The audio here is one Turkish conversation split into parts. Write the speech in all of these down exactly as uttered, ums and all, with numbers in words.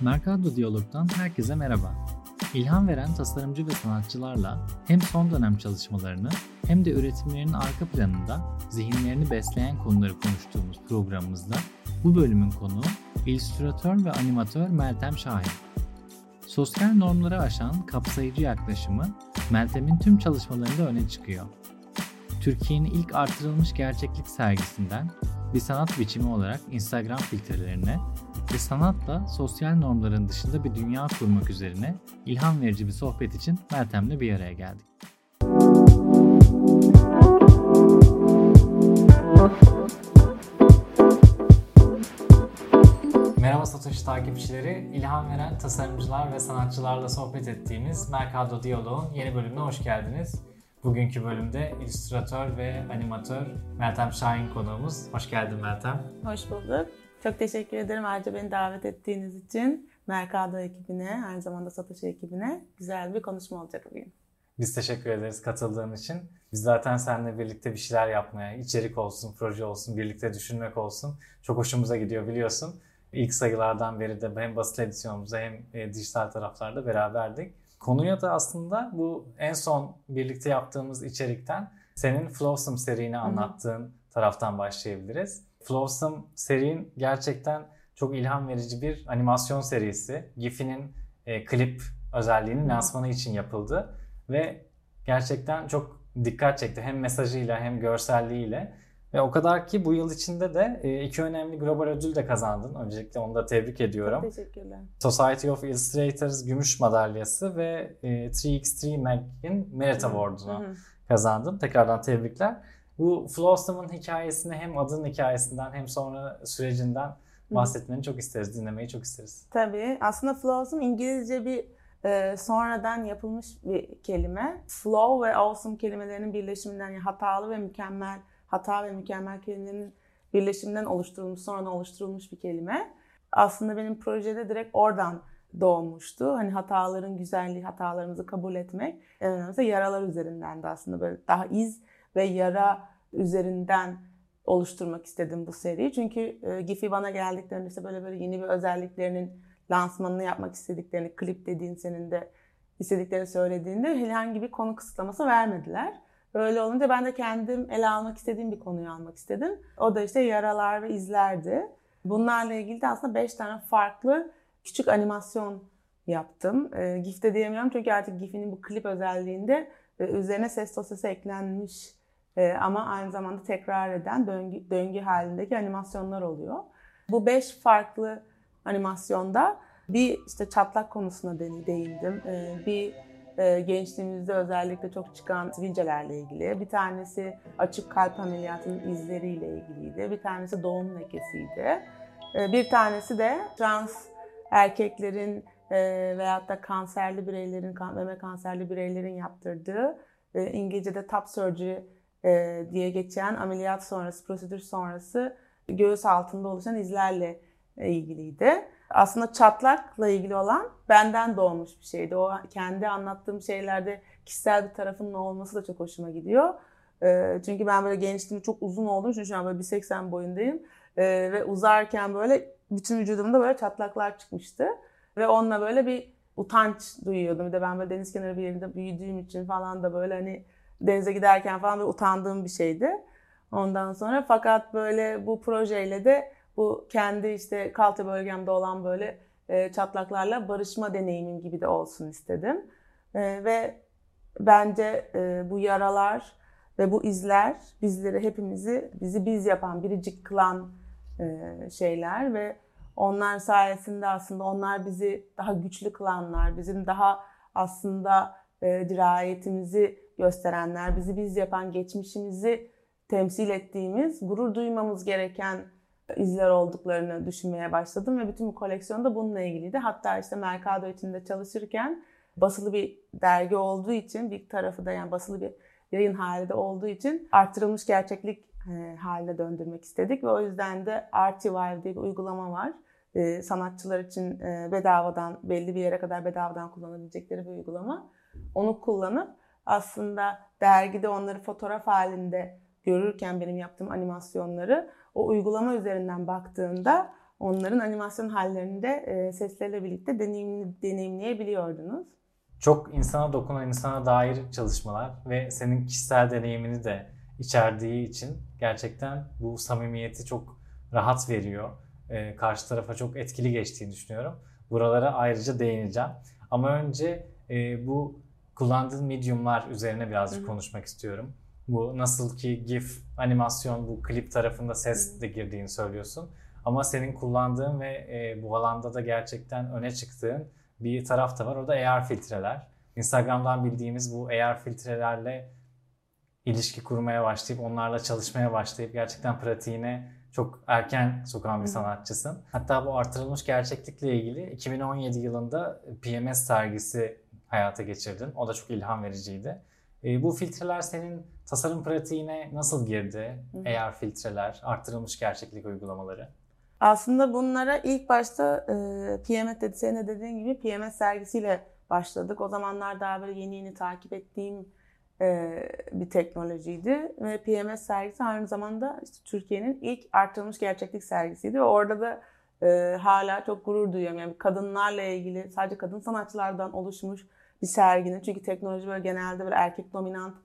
Mercado Diyalog'dan herkese merhaba. İlham veren tasarımcı ve sanatçılarla hem son dönem çalışmalarını hem de üretimlerinin arka planında zihinlerini besleyen konuları konuştuğumuz programımızda bu bölümün konuğu illüstratör ve animatör Meltem Şahin. Sosyal normları aşan kapsayıcı yaklaşımı Meltem'in tüm çalışmalarında öne çıkıyor. Türkiye'nin ilk artırılmış gerçeklik sergisinden bir sanat biçimi olarak Instagram filtrelerine ve sanatla sosyal normların dışında bir dünya kurmak üzerine ilham verici bir sohbet için Meltem'le bir araya geldik. Merhaba Satoshi takipçileri, ilham veren tasarımcılar ve sanatçılarla sohbet ettiğimiz Mercado Diyalog'un yeni bölümüne hoş geldiniz. Bugünkü bölümde illüstratör ve animatör Meltem Şahin konuğumuz. Hoş geldin Meltem. Hoş bulduk. Çok teşekkür ederim ayrıca beni davet ettiğiniz için. Mercado ekibine, aynı zamanda Satoshi ekibine güzel bir konuşma olacak bugün. Biz teşekkür ederiz katıldığın için. Biz zaten seninle birlikte bir şeyler yapmaya, içerik olsun, proje olsun, birlikte düşünmek olsun çok hoşumuza gidiyor biliyorsun. İlk sayılardan beri de hem basılı edisyonumuzda hem dijital taraflarda beraberdik. Konuya da aslında bu en son birlikte yaptığımız içerikten senin Flowsome serini anlattığın Hı-hı. taraftan başlayabiliriz. Flowsome serin gerçekten çok ilham verici bir animasyon serisi. Giphy'nin e, klip özelliğinin lansmanı için yapıldı ve gerçekten çok dikkat çekti hem mesajıyla hem görselliğiyle. Ve o kadar ki bu yıl içinde de e, iki önemli global ödül de kazandın. Öncelikle onu da tebrik ediyorum. Çok teşekkürler. Society of Illustrators Gümüş Madalyası ve e, üç by üç Mag'in Merit Award'unu kazandın. Tekrardan tebrikler. Bu Flowsome'un hikayesini hem adının hikayesinden hem sonra sürecinden bahsetmeni çok isteriz, dinlemeyi çok isteriz. Tabii. Aslında Flowsome İngilizce bir e, sonradan yapılmış bir kelime. Flow ve awesome kelimelerinin birleşiminden, yani hatalı ve mükemmel, hata ve mükemmel kelimelerinin birleşiminden oluşturulmuş, sonradan oluşturulmuş bir kelime. Aslında benim projede direkt oradan doğmuştu. Hani hataların güzelliği, hatalarımızı kabul etmek. En önemlisi yaralar üzerinden de aslında böyle daha iz ve yara üzerinden oluşturmak istedim bu seriyi. Çünkü e, Giphy bana geldiklerinde işte böyle böyle yeni bir özelliklerinin lansmanını yapmak istediklerini, klip dediğin senin de istediklerini söylediğinde herhangi bir konu kısıtlaması vermediler. Öyle olunca ben de kendim ele almak istediğim bir konuyu almak istedim. O da işte yaralar ve izlerdi. Bunlarla ilgili de aslında beş tane farklı küçük animasyon yaptım. E, GIF'te diyemiyorum çünkü artık Giphy'nin bu klip özelliğinde e, üzerine ses dosyası eklenmiş e, ama aynı zamanda tekrar eden döngü, döngü halindeki animasyonlar oluyor. Bu beş farklı animasyonda bir işte çatlak konusuna değindim. E, bir e, gençliğimizde özellikle çok çıkan sivilcelerle ilgili. Bir tanesi açık kalp ameliyatının izleriyle ilgiliydi. Bir tanesi doğum lekesiydi. E, bir tanesi de trans erkeklerin e, veyahut da kanserli bireylerin, meme kanserli bireylerin yaptırdığı e, İngilizce'de top surgery e, diye geçen ameliyat sonrası, prosedür sonrası göğüs altında oluşan izlerle e, ilgiliydi. Aslında çatlakla ilgili olan benden doğmuş bir şeydi. O kendi anlattığım şeylerde kişisel bir tarafının olması da çok hoşuma gidiyor. E, çünkü ben böyle gençliğim çok uzun olduğum için şu an böyle bir seksen boyundayım. E, ve uzarken böyle bütün vücudumda böyle çatlaklar çıkmıştı. Ve onunla böyle bir utanç duyuyordum. Bir de ben böyle deniz kenarı bir yerinde büyüdüğüm için falan da böyle hani denize giderken falan böyle utandığım bir şeydi. Ondan sonra fakat böyle bu projeyle de bu kendi işte kalça bölgemde olan böyle e, çatlaklarla barışma deneyimim gibi de olsun istedim. E, ve bence e, bu yaralar ve bu izler bizleri, hepimizi bizi biz yapan, biricik kılan e, şeyler ve onlar sayesinde aslında onlar bizi daha güçlü kılanlar, bizim daha aslında e, dirayetimizi gösterenler, bizi biz yapan, geçmişimizi temsil ettiğimiz, gurur duymamız gereken izler olduklarını düşünmeye başladım ve bütün bu koleksiyon da bununla ilgiliydi. Hatta işte Mercado içinde çalışırken basılı bir dergi olduğu için, bir tarafı da yani basılı bir yayın halinde olduğu için artırılmış gerçeklik e, haline döndürmek istedik ve o yüzden de Artivive diye bir uygulama var. E, sanatçılar için e, bedavadan, belli bir yere kadar bedavadan kullanabilecekleri bir uygulama. Onu kullanıp aslında dergide onları fotoğraf halinde görürken benim yaptığım animasyonları o uygulama üzerinden baktığında onların animasyon hallerini de e, sesleriyle birlikte deneyim, deneyimleyebiliyordunuz. Çok insana dokunan, insana dair çalışmalar ve senin kişisel deneyimini de içerdiği için gerçekten bu samimiyeti çok rahat veriyor. Ee, karşı tarafa çok etkili geçtiğini düşünüyorum. Buralara ayrıca değineceğim. Ama önce e, bu kullandığın medium'lar üzerine birazcık Hı-hı. konuşmak istiyorum. Bu nasıl ki GIF, animasyon, bu klip tarafında ses de girdiğini söylüyorsun. Ama senin kullandığın ve e, bu alanda da gerçekten öne çıktığın bir taraf da var. O da A R filtreler. Instagram'dan bildiğimiz bu A R filtrelerle ilişki kurmaya başlayıp onlarla çalışmaya başlayıp gerçekten pratiğine çok erken sokan bir sanatçısın. Hatta bu artırılmış gerçeklikle ilgili iki bin on yedi yılında P M S sergisi hayata geçirdin. O da çok ilham vericiydi. E, bu filtreler senin tasarım pratiğine nasıl girdi? Hı hı. A R filtreler, artırılmış gerçeklik uygulamaları. Aslında bunlara ilk başta e, P M S dedi, senin de dediğin gibi P M S sergisiyle başladık. O zamanlar daha böyle yeni yeni takip ettiğim e, bir teknolojiydi. Ve P M S sergisi aynı zamanda işte Türkiye'nin ilk artırılmış gerçeklik sergisiydi. Ve orada da e, hala çok gurur duyuyorum. Yani kadınlarla ilgili sadece kadın sanatçılardan oluşmuş bir serginin. Çünkü teknoloji böyle genelde böyle erkek dominant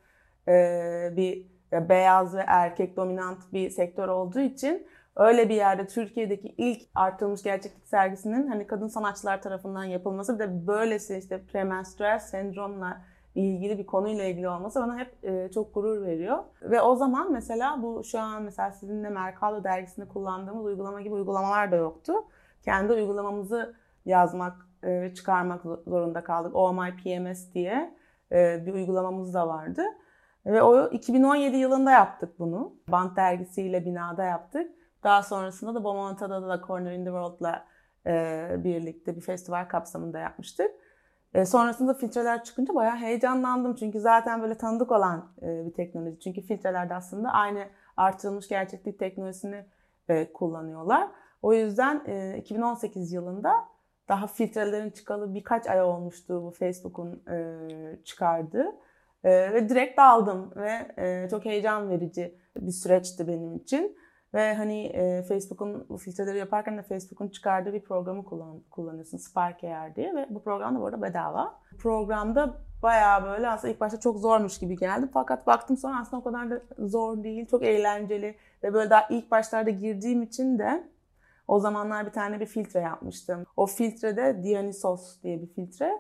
e, bir ya beyaz ve erkek dominant bir sektör olduğu için öyle bir yerde Türkiye'deki ilk artırılmış gerçeklik sergisinin hani kadın sanatçılar tarafından yapılması bir de böylesi işte premenstrüel sendromla ilgili bir konuyla ilgili olması bana hep e, çok gurur veriyor. Ve o zaman mesela bu şu an mesela sizinle Mercado dergisinde kullandığımız uygulama gibi uygulamalar da yoktu. Kendi uygulamamızı yazmak e, ve çıkarmak zorunda kaldık. Oh My P M S diye e, bir uygulamamız da vardı. Ve o iki bin on yedi yılında yaptık bunu. Bant dergisiyle binada yaptık. Daha sonrasında da Bomonti'de da Corner in the World'la e, birlikte bir festival kapsamında yapmıştık. E, sonrasında filtreler çıkınca bayağı heyecanlandım. Çünkü zaten böyle tanıdık olan e, bir teknoloji. Çünkü filtrelerde aslında aynı artırılmış gerçeklik teknolojisini e, kullanıyorlar. O yüzden e, iki bin on sekiz yılında daha filtrelerin çıkalı birkaç ay olmuştu bu Facebook'un e, çıkardığı. E, ve direkt aldım ve e, çok heyecan verici bir süreçti benim için. Ve hani e, Facebook'un bu filtreleri yaparken de Facebook'un çıkardığı bir programı kullan, kullanıyorsun. Spark A R diye ve bu program da bu arada bedava. Programda bayağı böyle aslında ilk başta çok zormuş gibi geldi. Fakat baktım sonra aslında o kadar da zor değil. Çok eğlenceli ve böyle daha ilk başlarda girdiğim için de o zamanlar bir tane bir filtre yapmıştım. O filtrede Dionysos diye bir filtre.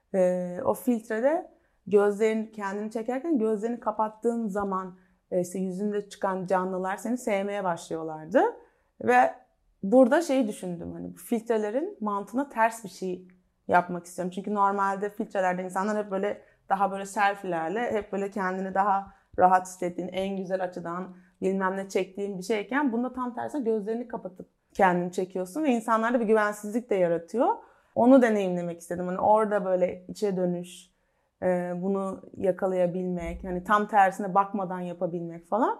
E, o filtrede gözlerini kendini çekerken gözlerini kapattığın zaman İşte yüzünde çıkan canlılar seni sevmeye başlıyorlardı. Ve burada şeyi düşündüm. Hani bu filtrelerin mantığına ters bir şey yapmak istiyorum. Çünkü normalde filtrelerde insanlar hep böyle daha böyle selfie'lerle hep böyle kendini daha rahat hissettiğin, en güzel açıdan bilmem ne çektiğin bir şeyken bunda tam tersi gözlerini kapatıp kendini çekiyorsun ve insanlarda bir güvensizlik de yaratıyor. Onu deneyimlemek istedim. Hani orada böyle içe dönüş, bunu yakalayabilmek, hani tam tersine bakmadan yapabilmek falan.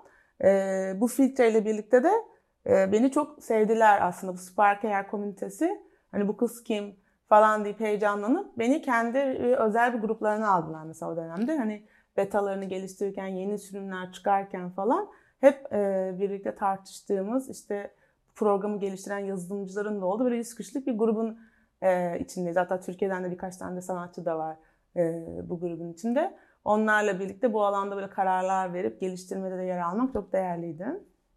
Bu filtreyle birlikte de beni çok sevdiler aslında bu Spark A R komünitesi. Hani bu kız kim falan deyip heyecanlanıp beni kendi özel bir gruplarına aldılar mesela o dönemde. Hani betalarını geliştirirken, yeni sürümler çıkarken falan hep birlikte tartıştığımız işte programı geliştiren yazılımcıların da oldu. Böyle yüz kişilik bir grubun içindeyiz. Hatta Türkiye'den de birkaç tane de sanatçı da var bu grubun içinde. Onlarla birlikte bu alanda böyle kararlar verip geliştirmede de yer almak çok değerliydi.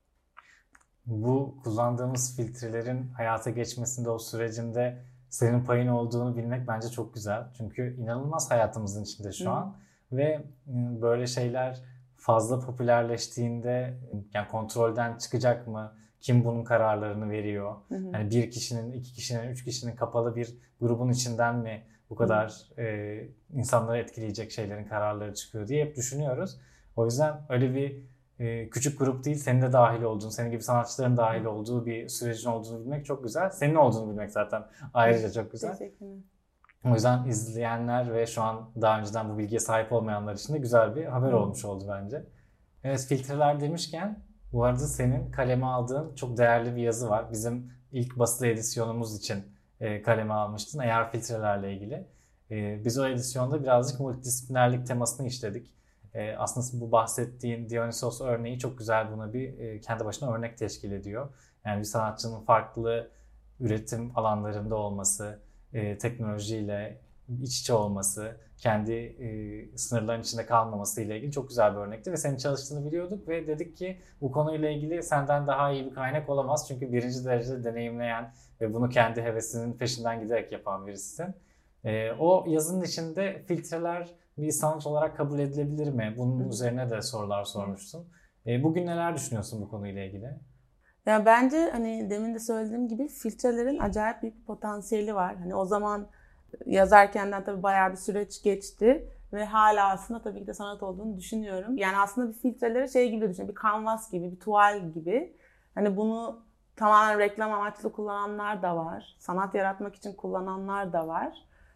Bu kullandığımız filtrelerin hayata geçmesinde o sürecinde senin payın olduğunu bilmek bence çok güzel. Çünkü inanılmaz hayatımızın içinde şu Hı. an ve böyle şeyler fazla popülerleştiğinde yani kontrolden çıkacak mı? Kim bunun kararlarını veriyor? Hı hı. Yani bir kişinin, iki kişinin, üç kişinin kapalı bir grubun içinden mi bu kadar e, insanları etkileyecek şeylerin kararları çıkıyor diye hep düşünüyoruz. O yüzden öyle bir e, küçük grup değil, senin de dahil olduğun, senin gibi sanatçıların dahil olduğu bir sürecin olduğunu bilmek çok güzel. Senin olduğunu bilmek zaten ayrıca çok güzel. Teşekkürler. O yüzden izleyenler ve şu an daha önceden bu bilgiye sahip olmayanlar için de güzel bir haber Hı. olmuş oldu bence. Evet, filtreler demişken bu arada senin kaleme aldığın çok değerli bir yazı var. Bizim ilk basılı edisyonumuz için e, kaleme almıştın. A R filtrelerle ilgili. E, biz o edisyonda birazcık multidisiplinerlik temasını işledik. E, aslında bu bahsettiğin Dionysos örneği çok güzel buna bir e, kendi başına örnek teşkil ediyor. Yani bir sanatçının farklı üretim alanlarında olması, e, teknolojiyle iç içe olması, kendi e, sınırların içinde kalmaması ile ilgili çok güzel bir örnekti ve senin çalıştığını biliyorduk ve dedik ki bu konuyla ilgili senden daha iyi bir kaynak olamaz. Çünkü birinci derecede deneyimleyen ve bunu kendi hevesinin peşinden giderek yapan birisisin. E, o yazının içinde filtreler bir sanat olarak kabul edilebilir mi? Bunun Hı. üzerine de sorular sormuştun. E, bugün neler düşünüyorsun bu konuyla ilgili? Ya bence hani demin de söylediğim gibi filtrelerin acayip büyük bir potansiyeli var. Hani o zaman yazarkenden tabii bayağı bir süreç geçti ve hala aslında tabii ki de sanat olduğunu düşünüyorum. Yani aslında bir filtreleri şey gibi düşün, bir kanvas gibi, bir tuval gibi. Hani bunu tamamen reklam amaçlı kullananlar da var. Sanat yaratmak için kullananlar da var.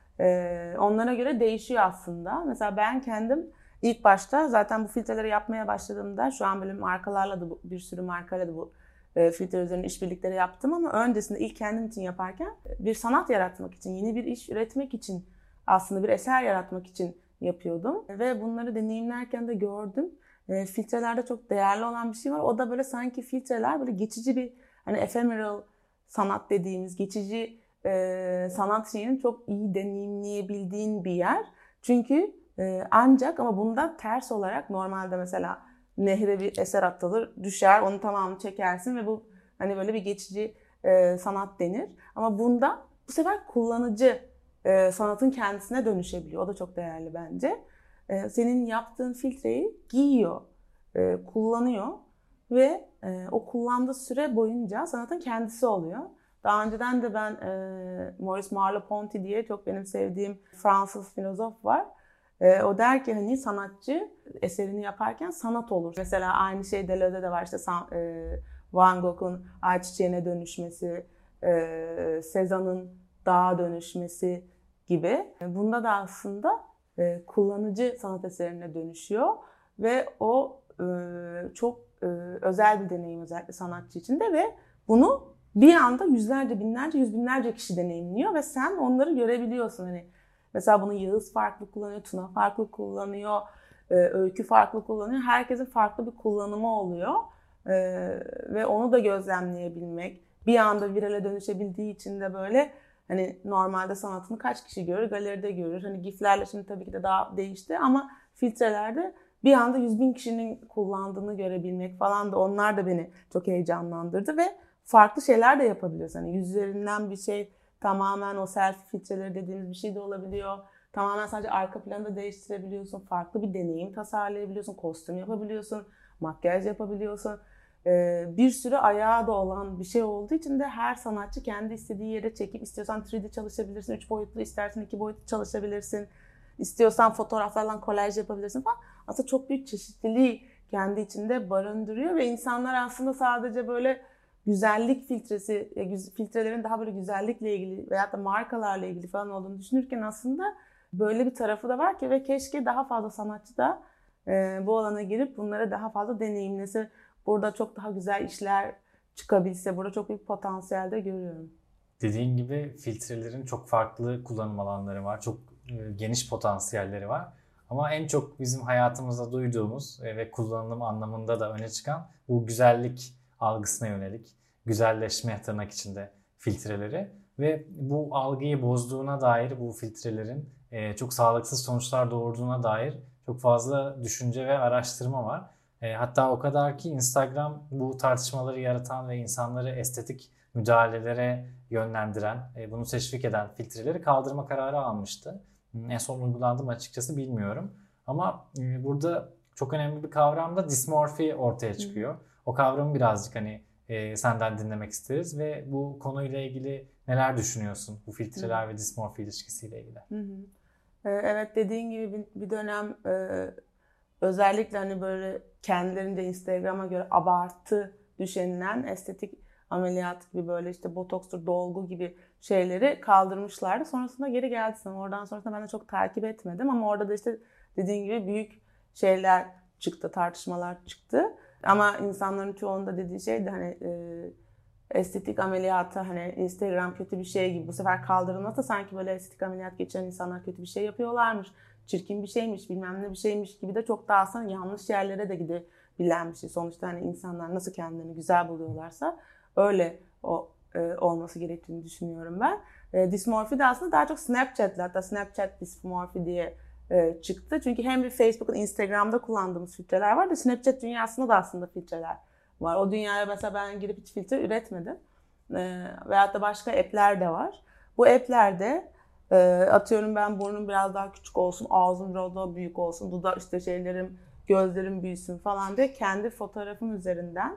Ee, onlara göre değişiyor aslında. Mesela ben kendim ilk başta zaten bu filtreleri yapmaya başladığımda şu an böyle markalarla da bu, bir sürü markayla da bu e, filtre üzerine işbirlikleri yaptım ama öncesinde ilk kendim için yaparken bir sanat yaratmak için, yeni bir iş üretmek için, aslında bir eser yaratmak için yapıyordum. Ve bunları deneyimlerken de gördüm. E, filtrelerde çok değerli olan bir şey var. O da böyle sanki filtreler böyle geçici bir hani ephemeral sanat dediğimiz geçici e, sanat şeyini çok iyi deneyimleyebildiğin bir yer. Çünkü e, ancak ama bunda ters olarak normalde mesela nehre bir eser atılır, düşer, onu tamamını çekersin ve bu hani böyle bir geçici e, sanat denir. Ama bunda bu sefer kullanıcı e, sanatın kendisine dönüşebiliyor. O da çok değerli bence. E, senin yaptığın filtreyi giyiyor, e, kullanıyor ve e, o kullandığı süre boyunca sanatın kendisi oluyor. Daha önceden de ben e, Maurice Merleau-Ponty diye çok benim sevdiğim Fransız filozof var. E, o der ki hani sanatçı eserini yaparken sanat olur. Mesela aynı şey Deleuze'de de var, işte e, Van Gogh'un ayçiçeğine dönüşmesi, e, Cézanne'ın dağa dönüşmesi gibi. Bunda da aslında e, kullanıcı sanat eserine dönüşüyor ve o e, çok e, özel bir deneyim özellikle sanatçı için de ve bunu bir anda yüzlerce, binlerce, yüz binlerce kişi deneyimliyor ve sen onları görebiliyorsun. Hani mesela bunu Yağız farklı kullanıyor, Tuna farklı kullanıyor, Öykü farklı kullanıyor. Herkesin farklı bir kullanımı oluyor ve onu da gözlemleyebilmek, bir anda virale dönüşebildiği için de böyle hani normalde sanatını kaç kişi görür, galeride görür. Hani giflerle şimdi tabii ki de daha değişti ama filtrelerde bir anda yüz bin kişinin kullandığını görebilmek falan da onlar da beni çok heyecanlandırdı ve farklı şeyler de yapabiliyorsun. Hani yüz üzerinden bir şey tamamen o selfie filtreleri dediğimiz bir şey de olabiliyor. Tamamen sadece arka planı da değiştirebiliyorsun. Farklı bir deneyim tasarlayabiliyorsun. Kostüm yapabiliyorsun. Makyaj yapabiliyorsun. Ee, bir sürü ayağı da olan bir şey olduğu için de her sanatçı kendi istediği yere çekip istiyorsan üç D çalışabilirsin. Üç boyutlu istersen iki boyutlu çalışabilirsin. İstiyorsan fotoğraflarla kolaj yapabilirsin falan. Aslında çok büyük çeşitliliği kendi içinde barındırıyor ve insanlar aslında sadece böyle güzellik filtresi, filtrelerin daha böyle güzellikle ilgili veyahut da markalarla ilgili falan olduğunu düşünürken aslında böyle bir tarafı da var ki ve keşke daha fazla sanatçı da e, bu alana girip bunları daha fazla deneyimlese, burada çok daha güzel işler çıkabilse, burada çok büyük potansiyel de görüyorum. Dediğin gibi filtrelerin çok farklı kullanım alanları var, çok e, geniş potansiyelleri var. Ama en çok bizim hayatımızda duyduğumuz e, ve kullanım anlamında da öne çıkan bu güzellik algısına yönelik, güzelleşme tırnak içinde filtreleri ve bu algıyı bozduğuna dair bu filtrelerin e, çok sağlıksız sonuçlar doğurduğuna dair çok fazla düşünce ve araştırma var. E, hatta o kadar ki Instagram bu tartışmaları yaratan ve insanları estetik müdahalelere yönlendiren, e, bunu teşvik eden filtreleri kaldırma kararı almıştı. En son uygulandı mı açıkçası bilmiyorum. Ama e, burada çok önemli bir kavram da dismorfi ortaya çıkıyor. Hı. O kavramı birazcık hani e, senden dinlemek isteriz ve bu konuyla ilgili neler düşünüyorsun? Bu filtreler Hı. ve dismorfi ilişkisiyle ilgili. Hı hı. Evet, dediğin gibi bir dönem özellikle hani böyle kendilerince Instagram'a göre abartı düşünülen estetik ameliyat gibi böyle işte botokstur, dolgu gibi şeyleri kaldırmışlardı. Sonrasında geri geldi sanırım. Oradan sonrasında ben de çok takip etmedim ama orada da işte dediğin gibi büyük şeyler çıktı, tartışmalar çıktı. Ama insanların çoğunda dediği şey de hani e, estetik ameliyatı hani Instagram kötü bir şey gibi bu sefer kaldırılmasa sanki böyle estetik ameliyat geçiren insanlar kötü bir şey yapıyorlarmış, çirkin bir şeymiş, bilmem ne bir şeymiş gibi de çok daha aslında yanlış yerlere de gidebilen bir şey. Sonuçta hani insanlar nasıl kendilerini güzel buluyorlarsa öyle o e, olması gerektiğini düşünüyorum ben. E, dismorfi de aslında daha çok Snapchat'le, hatta Snapchat dismorfi diye e, çıktı. Çünkü hem bir Facebook'un, Instagram'da kullandığımız filtreler var da Snapchat dünyasında da aslında filtreler var. O dünyaya mesela ben girip hiç filtre üretmedim. E, veyahut da başka app'ler de var. Bu app'lerde e, atıyorum ben burnum biraz daha küçük olsun, ağzım biraz daha büyük olsun, dudak işte şeylerim, gözlerim büyüsün falan diye kendi fotoğrafım üzerinden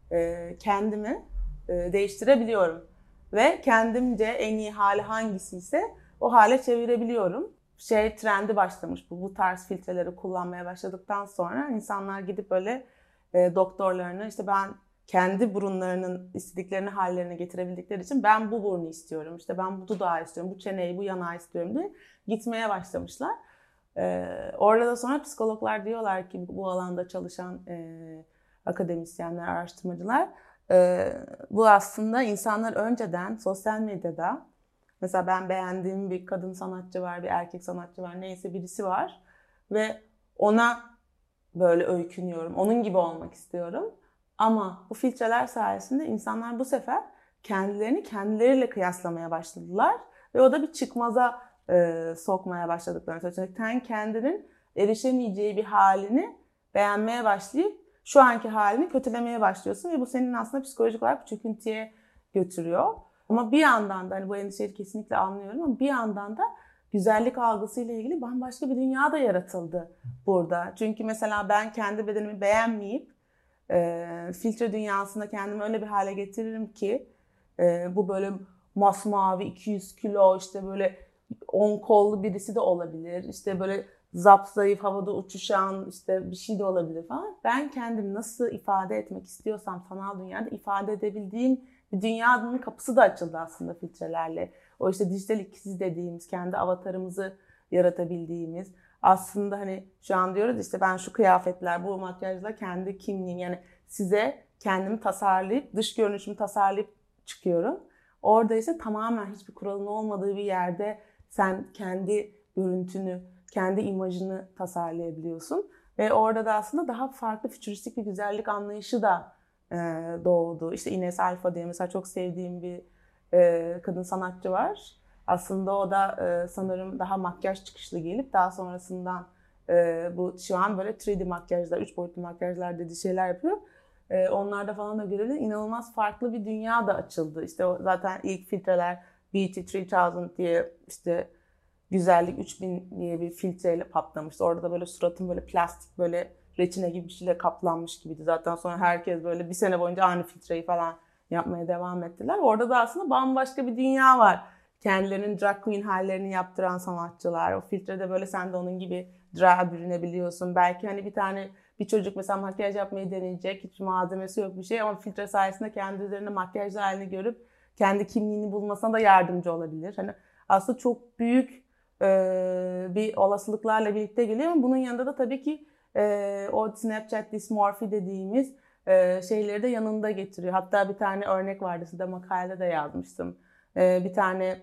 e, kendimi e, değiştirebiliyorum. Ve kendimce en iyi hali hangisiyse o hale çevirebiliyorum. Şey trendi başlamış bu, bu tarz filtreleri kullanmaya başladıktan sonra insanlar gidip böyle e, doktorlarını işte ben kendi burunlarının istediklerini hallerine getirebildikleri için ben bu burnu istiyorum, işte ben bu dudağı istiyorum, bu çeneyi, bu yanağı istiyorum diye gitmeye başlamışlar. Ee, orada da sonra psikologlar diyorlar ki bu alanda çalışan e, akademisyenler, araştırmacılar e, bu aslında insanlar önceden sosyal medyada mesela ben beğendiğim bir kadın sanatçı var, bir erkek sanatçı var, neyse birisi var ve ona böyle öykünüyorum, onun gibi olmak istiyorum. Ama bu filtreler sayesinde insanlar bu sefer kendilerini kendileriyle kıyaslamaya başladılar ve o da bir çıkmaza e, sokmaya başladıklarını söylüyor. Sen kendinin erişemeyeceği bir halini beğenmeye başlayıp şu anki halini kötülemeye başlıyorsun ve bu senin aslında psikolojik olarak bir çöküntüye götürüyor. Ama bir yandan da hani bu endişeyi kesinlikle anlıyorum ama bir yandan da güzellik algısıyla ilgili bambaşka bir dünya da yaratıldı burada. Çünkü mesela ben kendi bedenimi beğenmeyip e, filtre dünyasında kendimi öyle bir hale getiririm ki e, bu böyle masmavi iki yüz kilo işte böyle on kollu birisi de olabilir. İşte böyle zapzayıf havada uçuşan işte bir şey de olabilir falan. Ben kendimi nasıl ifade etmek istiyorsam sanal dünyada ifade edebildiğim bir dünyanın kapısı da açıldı aslında filtrelerle. O işte dijital ikiz dediğimiz, kendi avatarımızı yaratabildiğimiz. Aslında hani şu an diyoruz işte ben şu kıyafetler, bu makyajla kendi kimliğim yani size kendimi tasarlayıp, dış görünüşümü tasarlayıp çıkıyorum. Orada ise tamamen hiçbir kuralın olmadığı bir yerde sen kendi görüntünü, kendi imajını tasarlayabiliyorsun. Ve orada da aslında daha farklı fütüristik bir güzellik anlayışı da e, doğdu. İşte Ines Alfa diye mesela çok sevdiğim bir e, kadın sanatçı var. Aslında o da e, sanırım daha makyaj çıkışlı gelip daha sonrasından e, bu şu an böyle üç D makyajlar, üç boyutlu makyajlar dediği şeyler yapıyor. E, onlarda falan da görüldü. İnanılmaz farklı bir dünya da açıldı. İşte o zaten ilk filtreler Beauty üç bin diye işte güzellik üç bin diye bir filtreyle patlamıştı. Orada da böyle suratım böyle plastik böyle reçine gibi bir şeyle kaplanmış gibiydi. Zaten sonra herkes böyle bir sene boyunca aynı filtreyi falan yapmaya devam ettiler. Orada da aslında bambaşka bir dünya var. Kendilerinin drag queen hallerini yaptıran sanatçılar. O filtrede böyle sen de onun gibi drag bürünebiliyorsun. Belki hani bir tane bir çocuk mesela makyaj yapmayı deneyecek. Hiç malzemesi yok bir şey ama filtre sayesinde kendi üzerinde makyajlı halini görüp kendi kimliğini bulmasına da yardımcı olabilir. Hani aslında çok büyük e, bir olasılıklarla birlikte geliyor ama bunun yanında da tabii ki e, o Snapchat dismorfi dediğimiz e, şeyleri de yanında getiriyor. Hatta bir tane örnek vardı, size makalede de yazmıştım. E, bir tane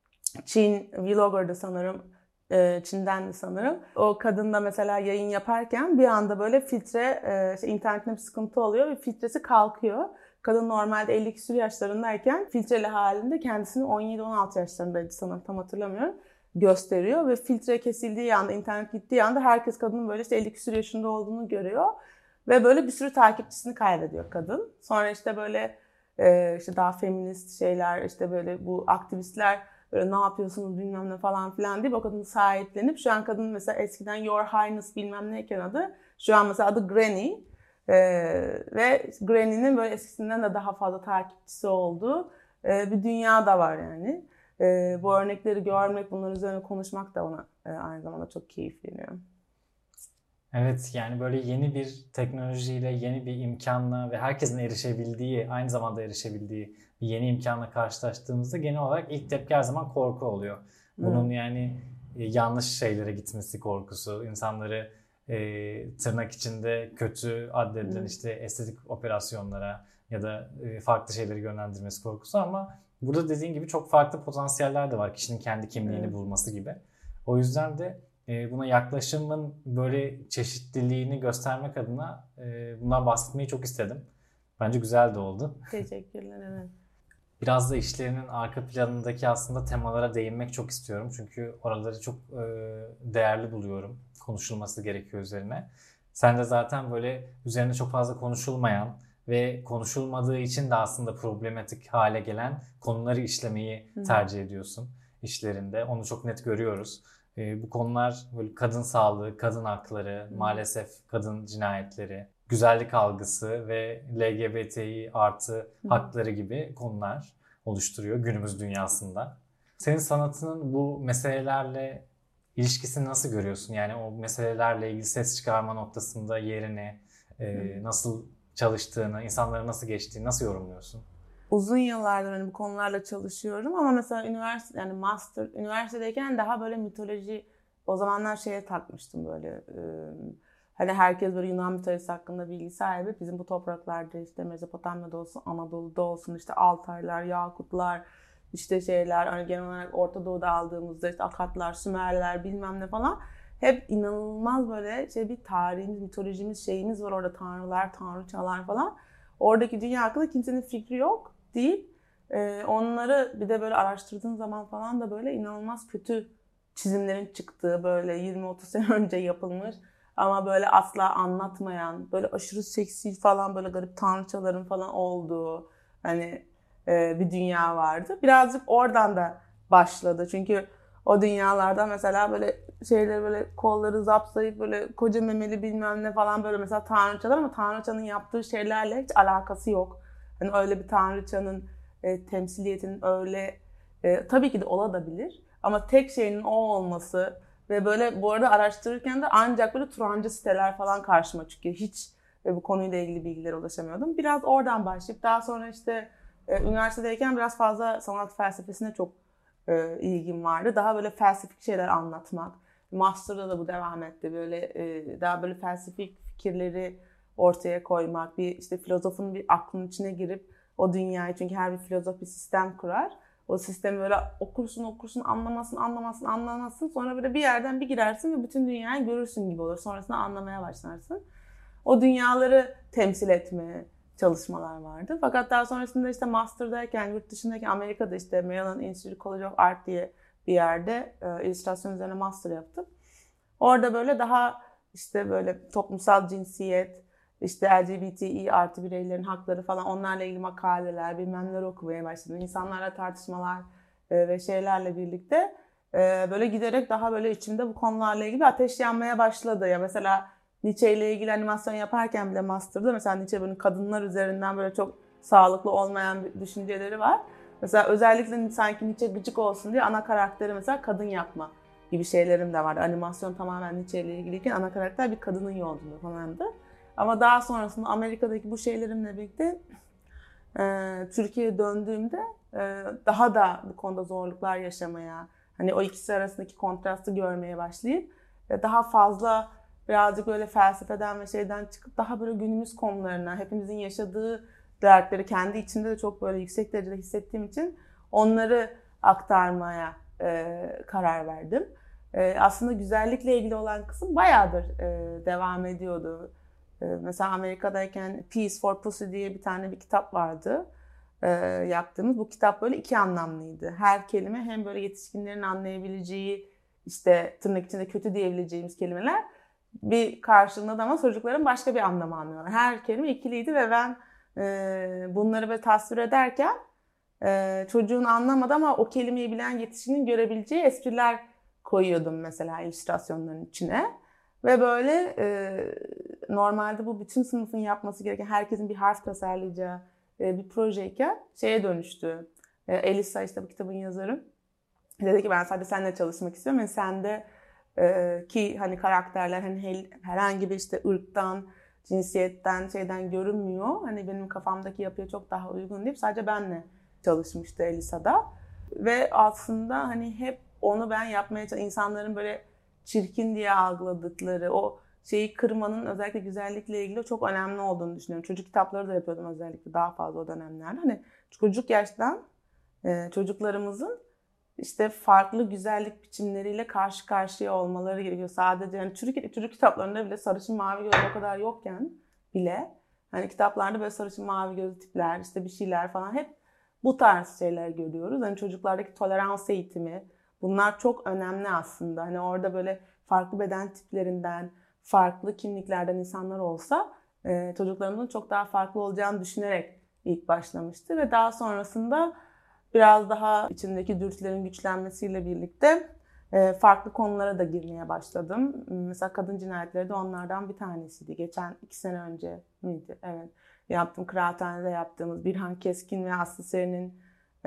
Çin vlogger'dı sanırım. Çin'dendi sanırım. O kadın da mesela yayın yaparken bir anda böyle filtre, işte internetinde bir sıkıntı oluyor ve filtresi kalkıyor. Kadın normalde elli küsur yaşlarındayken filtreli halinde kendisini on yedi on altı yaşlarındaydı sanırım, tam hatırlamıyorum, gösteriyor ve filtre kesildiği anda, internet gittiği anda herkes kadının böyle işte elli küsur yaşında olduğunu görüyor ve böyle bir sürü takipçisini kaybediyor kadın. Sonra işte böyle işte daha feminist şeyler, işte böyle bu aktivistler böyle ne yapıyorsunuz bilmem ne falan filan deyip o kadını sahiplenip şu an kadın mesela eskiden Your Highness bilmem neyken adı şu an mesela adı Granny ee, ve Granny'nin böyle eskisinden de daha fazla takipçisi olduğu e, bir dünya da var yani. E, bu örnekleri görmek, bunların üzerine konuşmak da ona e, aynı zamanda çok keyif veriyor. Evet, yani böyle yeni bir teknolojiyle, yeni bir imkanla ve herkesin erişebildiği, aynı zamanda erişebildiği bir yeni imkanla karşılaştığımızda genel olarak ilk tepki her zaman korku oluyor. Bunun hmm. yani e, yanlış şeylere gitmesi korkusu, insanları e, tırnak içinde kötü addedilen hmm. işte estetik operasyonlara ya da e, farklı şeyleri yönlendirmesi korkusu, ama burada dediğin gibi çok farklı potansiyeller de var kişinin kendi kimliğini hmm. bulması gibi. O yüzden de buna yaklaşımın böyle çeşitliliğini göstermek adına bundan bahsetmeyi çok istedim. Bence güzel de oldu. Teşekkürler. Evet. Biraz da işlerinin arka planındaki aslında temalara değinmek çok istiyorum. Çünkü oraları çok e, değerli buluyorum. Konuşulması gerekiyor üzerine. Sen de zaten böyle üzerine çok fazla konuşulmayan ve konuşulmadığı için de aslında problematik hale gelen konuları işlemeyi tercih ediyorsun işlerinde. Onu çok net görüyoruz. E, bu konular böyle kadın sağlığı, kadın hakları, hmm. maalesef kadın cinayetleri, güzellik algısı ve L G B T İ artı hmm. hakları gibi konular oluşturuyor günümüz dünyasında. Senin sanatının bu meselelerle ilişkisini nasıl görüyorsun? Yani o meselelerle ilgili ses çıkarma noktasında yerini, e, nasıl çalıştığını, insanlara nasıl geçtiğini nasıl yorumluyorsun? Uzun yıllardır hani bu konularla çalışıyorum ama mesela üniversite yani master üniversitedeyken daha böyle mitoloji o zamanlar şeye takmıştım böyle e, hani herkes böyle Yunan mitolojisi hakkında bilgi sahibi. Bizim bu topraklarda işte Mezopotamya'da olsun, Anadolu'da olsun işte Altaylar, Yakutlar, işte şeyler hani genel olarak Orta Doğu'da aldığımızda işte Akatlar, Sümerler bilmem ne falan hep inanılmaz böyle şey bir tarihimiz, mitolojimiz şeyimiz var orada tanrılar, tanrıçalar falan. Oradaki dünya hakkında kimsenin fikri yok deyip e, onları bir de böyle araştırdığın zaman falan da böyle inanılmaz kötü çizimlerin çıktığı böyle yirmi otuz sene önce yapılmış ama böyle asla anlatmayan böyle aşırı seksi falan böyle garip tanrıçaların falan olduğu hani e, bir dünya vardı. Birazcık oradan da başladı çünkü o dünyalarda mesela böyle şeyleri böyle kolları zapsayıp böyle koca memeli bilmem ne falan böyle mesela tanrıçalar ama tanrıçanın yaptığı şeylerle hiç alakası yok. Hani öyle bir tanrıçanın e, temsiliyetinin öyle e, tabii ki de olabilir ama tek şeyinin o olması ve böyle bu arada araştırırken de ancak böyle Turancı siteler falan karşıma çıkıyor. Hiç e, bu konuyla ilgili bilgilere ulaşamıyordum. Biraz oradan başlayıp daha sonra işte e, üniversitedeyken biraz fazla sanat felsefesine çok e, ilgim vardı. Daha böyle felsefik şeyler anlatmak. Master'da da bu devam etti. Böyle e, daha böyle felsefik fikirleri ortaya koymak. Bir işte filozofun bir aklının içine girip o dünyayı çünkü her bir filozof bir sistem kurar. O sistemi böyle okursun okursun anlamasın anlamasın anlamasın sonra böyle bir yerden bir girersin ve bütün dünyayı görürsün gibi olur. Sonrasında anlamaya başlarsın. O dünyaları temsil etmeye çalışmalar vardı. Fakat daha sonrasında işte master'dayken yurt dışındaki Amerika'da işte Maryland Institute College of Art diye bir yerde e, illüstrasyon üzerine master yaptım. Orada böyle daha işte böyle toplumsal cinsiyet, işte L G B T İ artı bireylerin hakları falan onlarla ilgili makaleler, bilmem neler okumaya başladım. İnsanlarla tartışmalar e, ve şeylerle birlikte e, böyle giderek daha böyle içimde bu konularla ilgili ateş yanmaya başladı. Ya mesela Nietzsche ile ilgili animasyon yaparken bile master'da mesela Nietzsche böyle kadınlar üzerinden böyle çok sağlıklı olmayan düşünceleri var. Mesela özellikle sanki Nietzsche gıcık olsun diye ana karakteri mesela kadın yapma gibi şeylerim de vardı. Animasyon tamamen Nietzsche ile ilgiliyken ana karakter bir kadının yolculuğu falandı. Ama daha sonrasında Amerika'daki bu şeylerimle birlikte e, Türkiye'ye döndüğümde e, daha da bu konuda zorluklar yaşamaya, hani o ikisi arasındaki kontrastı görmeye başlayıp e, daha fazla birazcık böyle felsefeden ve şeyden çıkıp daha böyle günümüz konularına, hepimizin yaşadığı dertleri kendi içinde de çok böyle yüksek derecede hissettiğim için onları aktarmaya e, karar verdim. E, aslında güzellikle ilgili olan kısım bayağıdır e, devam ediyordu. E, mesela Amerika'dayken Peace for Pussy diye bir tane bir kitap vardı e, yaptığımız. Bu kitap böyle iki anlamlıydı. Her kelime hem böyle yetişkinlerin anlayabileceği, işte tırnak içinde kötü diyebileceğimiz kelimeler bir karşılığında da ama çocukların başka bir anlamı anlıyorlar. Her kelime ikiliydi ve ben e, bunları böyle tasvir ederken e, çocuğun anlamadı ama o kelimeyi bilen yetişkinin görebileceği espriler koyuyordum mesela illüstrasyonların içine. Ve böyle e, normalde bu bütün sınıfın yapması gereken herkesin bir harf tasarlayacağı e, bir projeyken şeye dönüştü. E, Elisa işte bu kitabın yazarı dedi ki ben sadece seninle çalışmak istiyorum. Yani sen de Ee, ki hani karakterler hani herhangi bir işte ırktan, cinsiyetten, şeyden görünmüyor. Hani benim kafamdaki yapıya çok daha uygun deyip sadece benle çalışmıştı Elisa'da. Ve aslında hani hep onu ben yapmaya çalıştım. İnsanların böyle çirkin diye algıladıkları o şeyi kırmanın özellikle güzellikle ilgili çok önemli olduğunu düşünüyorum. Çocuk kitapları da yapıyordum özellikle daha fazla o dönemlerde. Hani çocuk yaştan çocuklarımızın İşte farklı güzellik biçimleriyle karşı karşıya olmaları gerekiyor. Sadece yani çocuk, çocuk kitaplarında bile sarışın mavi göz o kadar yokken bile hani kitaplarda böyle sarışın mavi gözlü tipler işte bir şeyler falan hep Bu tarz şeyler görüyoruz. Hani çocuklardaki tolerans eğitimi, bunlar çok önemli aslında. Hani orada böyle farklı beden tiplerinden, farklı kimliklerden insanlar olsa e, çocuklarımızın çok daha farklı olacağını düşünerek ilk başlamıştı. Ve daha sonrasında biraz daha içindeki dürtülerin güçlenmesiyle birlikte e, farklı konulara da girmeye başladım. Mesela kadın cinayetleri de onlardan bir tanesiydi. Geçen iki sene önce miydi? Evet. Yaptım, kıraathanede yaptığımız Birhan Keskin ve Aslı Seri'nin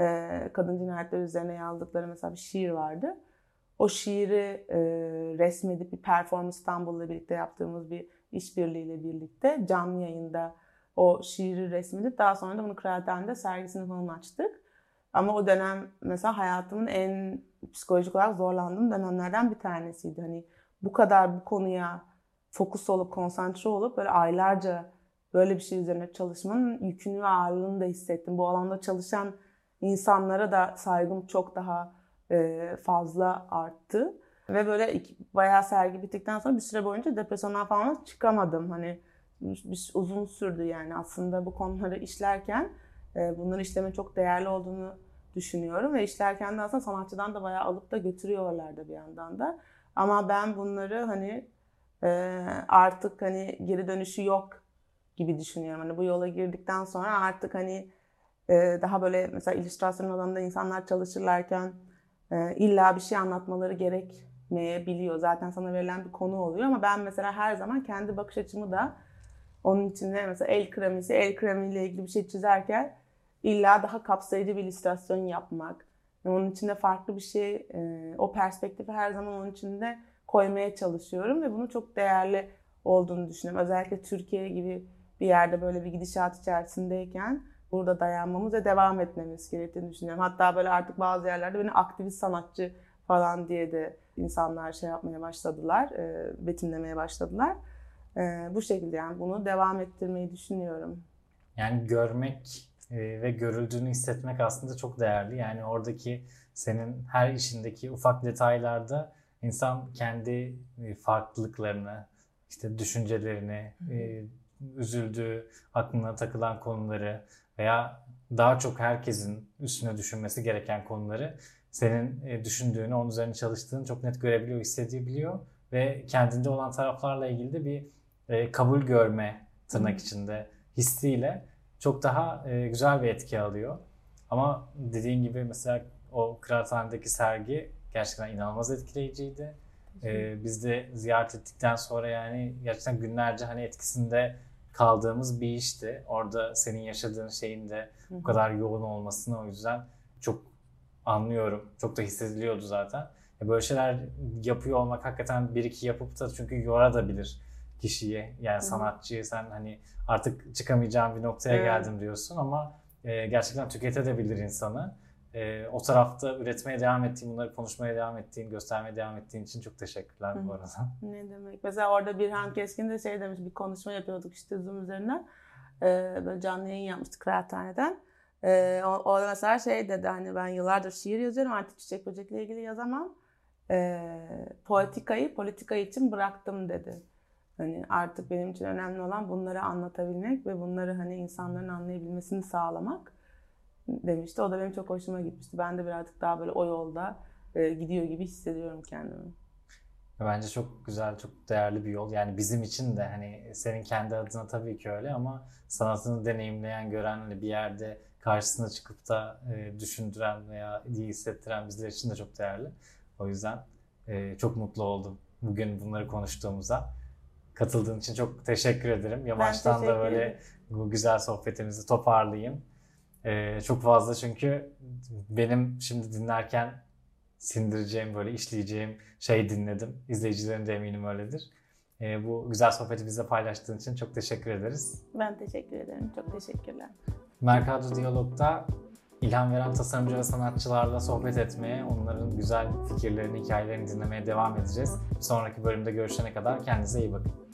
e, kadın cinayetleri üzerine yazdıkları mesela bir şiir vardı. O şiiri e, resmedip bir Perform İstanbul'la birlikte yaptığımız bir işbirliğiyle birlikte canlı yayında o şiiri resmedip daha sonra da bunu kıraathanede sergisini falan açtık. Ama o dönem mesela hayatımın en psikolojik olarak zorlandığım dönemlerden bir tanesiydi. Hani bu kadar bu konuya fokus olup, konsantre olup böyle aylarca böyle bir şey üzerine çalışmanın yükünü ve ağırlığını da hissettim. Bu alanda çalışan insanlara da saygım çok daha e, fazla arttı. Ve böyle iki, bayağı sergi bittikten sonra bir süre boyunca depresyondan falan çıkamadım. Hani bir, uzun sürdü yani aslında bu konuları işlerken e, bunları işleme çok değerli olduğunu düşünüyorum. Ve işlerken de aslında sanatçıdan da bayağı alıp da götürüyorlar da bir yandan da. Ama ben bunları hani e, artık hani geri dönüşü yok gibi düşünüyorum. Hani bu yola girdikten sonra artık hani e, daha böyle mesela illüstrasyon alanında insanlar çalışırlarken e, illa bir şey anlatmaları gerekmeyebiliyor. Zaten sana verilen bir konu oluyor ama ben mesela her zaman kendi bakış açımı da onun içinde mesela el kremisi, el kremiyle ilgili bir şey çizerken illa daha kapsayıcı bir illüstrasyon yapmak. Onun içinde farklı bir şey, e, o perspektifi her zaman onun içinde koymaya çalışıyorum ve bunu çok değerli olduğunu düşünüyorum. Özellikle Türkiye gibi bir yerde böyle bir gidişat içerisindeyken burada dayanmamız ve devam etmemiz gerektiğini düşünüyorum. Hatta böyle artık bazı yerlerde beni aktivist sanatçı falan diye de insanlar şey yapmaya başladılar, e, betimlemeye başladılar. E, bu şekilde yani bunu devam ettirmeyi düşünüyorum. Yani görmek e, ve görüldüğünü hissetmek aslında çok değerli. Yani oradaki senin her işindeki ufak detaylarda insan kendi e, farklılıklarını, işte düşüncelerini, e, üzüldüğü, aklına takılan konuları veya daha çok herkesin üstüne düşünmesi gereken konuları senin e, düşündüğünü, onun üzerine çalıştığını çok net görebiliyor, hissedebiliyor ve kendinde olan taraflarla ilgili de bir e, kabul görme tırnak içinde hissiyle çok daha e, güzel bir etki alıyor. Ama dediğin gibi mesela o kıraathanedeki sergi gerçekten inanılmaz etkileyiciydi. E, biz de ziyaret ettikten sonra yani gerçekten günlerce hani etkisinde kaldığımız bir işti. Orada senin yaşadığın şeyin de bu kadar yoğun olmasını o yüzden çok anlıyorum. Çok da hissediliyordu zaten. Böyle şeyler yapıyor olmak hakikaten bir iki yapıp da çünkü yorabilir kişiyi. Yani sanatçıyı sen hani artık çıkamayacağın bir noktaya evet. geldim diyorsun ama e, gerçekten tüketebilir insanı. E, o tarafta üretmeye devam ettiğin, bunları konuşmaya devam ettiğin, göstermeye devam ettiğin için çok teşekkürler Hı. bu arada. Ne demek? Mesela orada Birhan Keskin de şey demiş, bir konuşma yapıyorduk işte Zoom üzerinden. Ee, böyle canlı yayın yapmıştık kıraathaneden. Ee, o, o mesela şey dedi hani ben yıllardır şiir yazıyorum artık çiçek böcekle ilgili yazamam. Ee, poetikayı politika için bıraktım dedi. Hani artık benim için önemli olan bunları anlatabilmek ve bunları hani insanların anlayabilmesini sağlamak demişti. O da benim çok hoşuma gitmişti. Ben de birazcık daha böyle o yolda e, gidiyor gibi hissediyorum kendimi. Bence çok güzel, çok değerli bir yol. Yani bizim için de hani senin kendi adına tabii ki öyle ama sanatını deneyimleyen, gören hani bir yerde karşısına çıkıp da e, düşündüren veya iyi hissettiren bizler için de çok değerli. O yüzden e, çok mutlu oldum bugün bunları konuştuğumuza. Katıldığın için çok teşekkür ederim. Yamaçtan da böyle bu güzel sohbetimizi toparlayayım. Ee, çok fazla çünkü benim şimdi dinlerken sindireceğim, böyle işleyeceğim şey dinledim. İzleyicilerin de eminim öyledir. Ee, bu güzel sohbeti bizle paylaştığın için çok teşekkür ederiz. Ben teşekkür ederim. Çok teşekkürler. Mercado Diyalog'da ilham veren tasarımcı ve sanatçılarla sohbet etmeye, onların güzel fikirlerini, hikayelerini dinlemeye devam edeceğiz. Bir sonraki bölümde görüşene kadar kendinize iyi bakın.